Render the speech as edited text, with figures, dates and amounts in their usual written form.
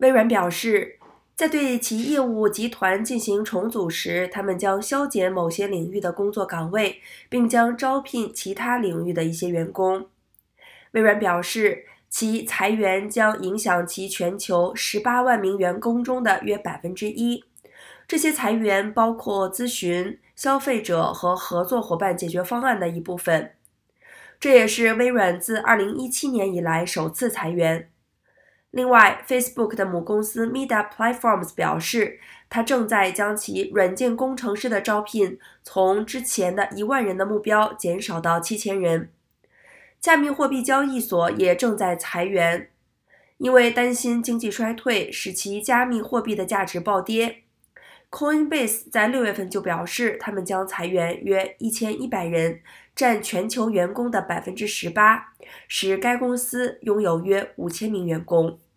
微软表示，在对其业务集团进行重组时，他们将削减某些领域的工作岗位，并将招聘其他领域的一些员工。微软表示，其裁员将影响其全球18万名员工中的约1%。这些裁员包括咨询、消费者和合作伙伴解决方案的一部分。这也是微软自2017年以来首次裁员。另外 ，Facebook 的母公司 Meta Platforms 表示，它正在将其软件工程师的招聘从之前的1万人的目标减少到7000人。加密货币交易所也正在裁员，因为担心经济衰退使其加密货币的价值暴跌。Coinbase 在6月份就表示，他们将裁员约1100人，占全球员工的18%，使该公司拥有约5000名员工。